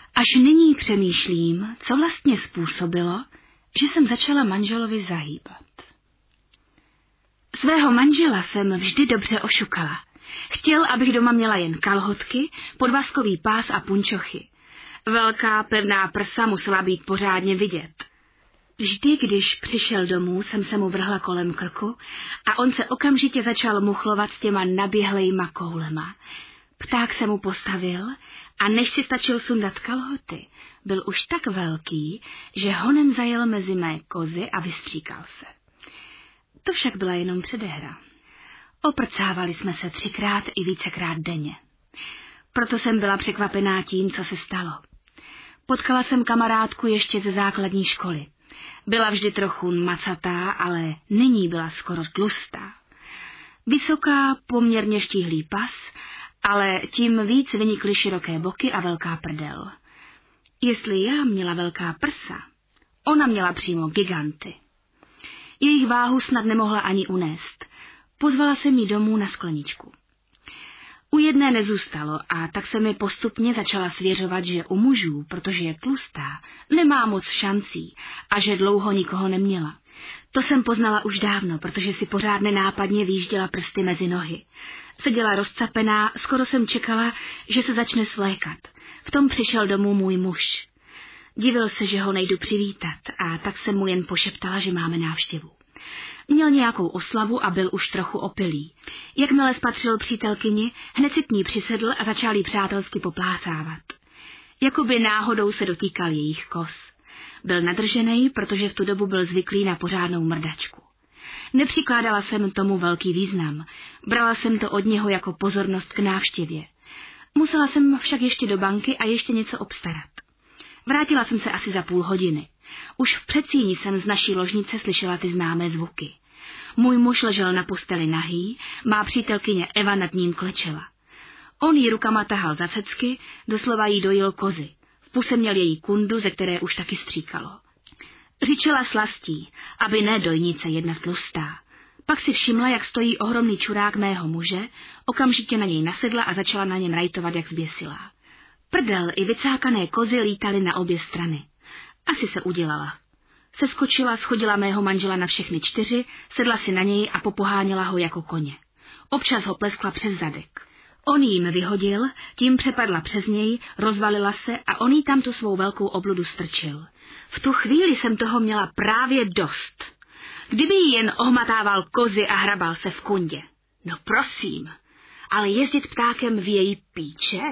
Až nyní přemýšlím, co vlastně způsobilo, že jsem začala manželovi zahýbat. Svého manžela jsem vždy dobře ošukala. Chtěl, abych doma měla jen kalhotky, podvazkový pás a punčochy. Velká pevná prsa musela být pořádně vidět. Vždy, když přišel domů, jsem se mu vrhla kolem krku a on se okamžitě začal muchlovat s těma naběhlejma koulema. Pták se mu postavil a než si stačil sundat kalhoty, byl už tak velký, že honem zajel mezi mé kozy a vystříkal se. To však byla jenom předehra. Oprcávali jsme se 3krát i vícekrát denně. Proto jsem byla překvapená tím, co se stalo. Potkala jsem kamarádku ještě ze základní školy. Byla vždy trochu macatá, ale nyní byla skoro tlustá. Vysoká, poměrně štíhlý pas, ale tím víc vynikly široké boky a velká prdel. Jestli já měla velká prsa, ona měla přímo giganty. Jejich váhu snad nemohla ani unést. Pozvala jsem ji domů na skleničku. U jedné nezůstalo a tak se mi postupně začala svěřovat, že u mužů, protože je tlustá, nemá moc šancí a že dlouho nikoho neměla. To jsem poznala už dávno, protože si pořád nenápadně výjížděla prsty mezi nohy. Seděla rozcapená, skoro jsem čekala, že se začne svlékat. V tom přišel domů můj muž. Divil se, že ho nejdu přivítat a tak jsem mu jen pošeptala, že máme návštěvu. Měl nějakou oslavu a byl už trochu opilý. Jakmile spatřil přítelkyni, hned si k ní přisedl a začal jí přátelsky poplácávat. Jakoby náhodou se dotýkal jejich kos. Byl nadržený, protože v tu dobu byl zvyklý na pořádnou mrdačku. Nepřikládala jsem tomu velký význam. Brala jsem to od něho jako pozornost k návštěvě. Musela jsem však ještě do banky a ještě něco obstarat. Vrátila jsem se asi za půl hodiny. Už v předsíni jsem z naší ložnice slyšela ty známé zvuky. Můj muž ležel na posteli nahý, má přítelkyně Eva nad ním klečela. On jí rukama tahal za cecky, doslova jí dojil kozy. V puse měl její kundu, ze které už taky stříkalo. Řičela slastí, aby ne dojnice jedna tlustá. Pak si všimla, jak stojí ohromný čurák mého muže, okamžitě na něj nasedla a začala na něm rajtovat jak zběsilá. Prdel i vycákané kozy lítaly na obě strany. Asi se udělala. Seskočila, schodila mého manžela na všechny 4, sedla si na něj a popoháněla ho jako koně. Občas ho pleskla přes zadek. On jim vyhodil, tím přepadla přes něj, rozvalila se a on jí tam tu svou velkou obludu strčil. V tu chvíli jsem toho měla právě dost. Kdyby jí jen ohmatával kozy a hrabal se v kundě. No prosím, ale jezdit ptákem v její píče?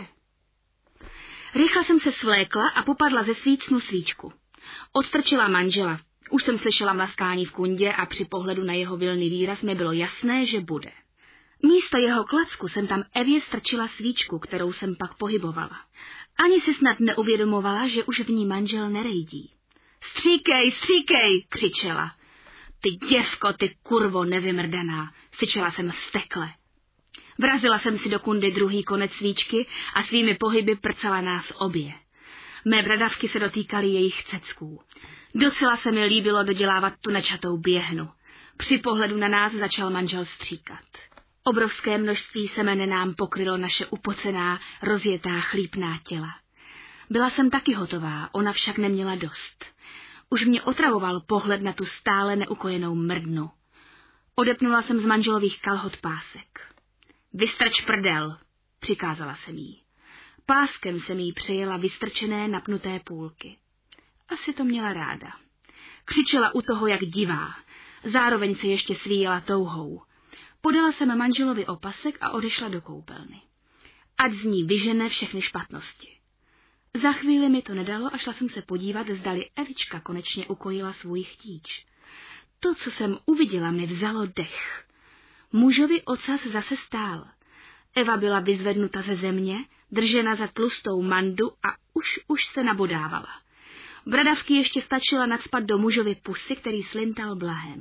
Rychle jsem se svlékla a popadla ze svícnu svíčku. Odstrčila manžela. Už jsem slyšela mlaskání v kundě a při pohledu na jeho vilný výraz mi bylo jasné, že bude. Místo jeho klacku jsem tam Evě strčila svíčku, kterou jsem pak pohybovala. Ani si snad neuvědomovala, že už v ní manžel nerejdí. Stříkej, stříkej, křičela. Ty děvko, ty kurvo nevymrdaná, syčela jsem vztekle. Vrazila jsem si do kundy druhý konec svíčky a svými pohyby prcala nás obě. Mé bradavky se dotýkaly jejich cecků. Docela se mi líbilo dodělávat tu nečatou běhnu. Při pohledu na nás začal manžel stříkat. Obrovské množství semene nám pokrylo naše upocená, rozjetá, chlípná těla. Byla jsem taky hotová, ona však neměla dost. Už mě otravoval pohled na tu stále neukojenou mrdnu. Odepnula jsem z manželových kalhot pásek. Vystrč prdel, přikázala jsem jí. Páskem jsem jí přejela vystrčené napnuté půlky. Asi to měla ráda. Křičela u toho jak divá, zároveň se ještě svíjela touhou. Podala jsem manželovi opasek a odešla do koupelny. Ať z ní vyžene všechny špatnosti. Za chvíli mi to nedalo a šla jsem se podívat, zdali Evička konečně ukojila svůj chtíč. To, co jsem uviděla, mi vzalo dech. Mužovi ocas zase stál. Eva byla vyzvednuta ze země, držena za tlustou mandu a už se nabodávala. Bradavky ještě stačila nacpat do mužovy pusy, který slintal blahem.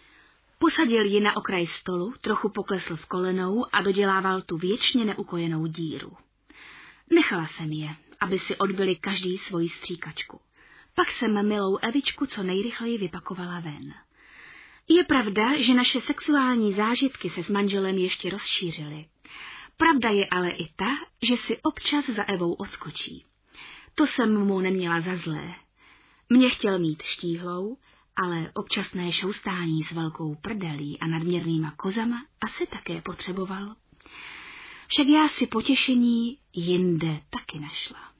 Posadil ji na okraj stolu, trochu poklesl v kolenou a dodělával tu věčně neukojenou díru. Nechala jsem je, aby si odbyli každý svoji stříkačku. Pak jsem milou Evičku co nejrychleji vypakovala ven. Je pravda, že naše sexuální zážitky se s manželem ještě rozšířily. Pravda je ale i ta, že si občas za Evou odskočí. To jsem mu neměla za zlé. Mě chtěl mít štíhlou, ale občasné šoustání s velkou prdelí a nadměrnýma kozama asi také potřeboval. Však já si potěšení jinde taky našla.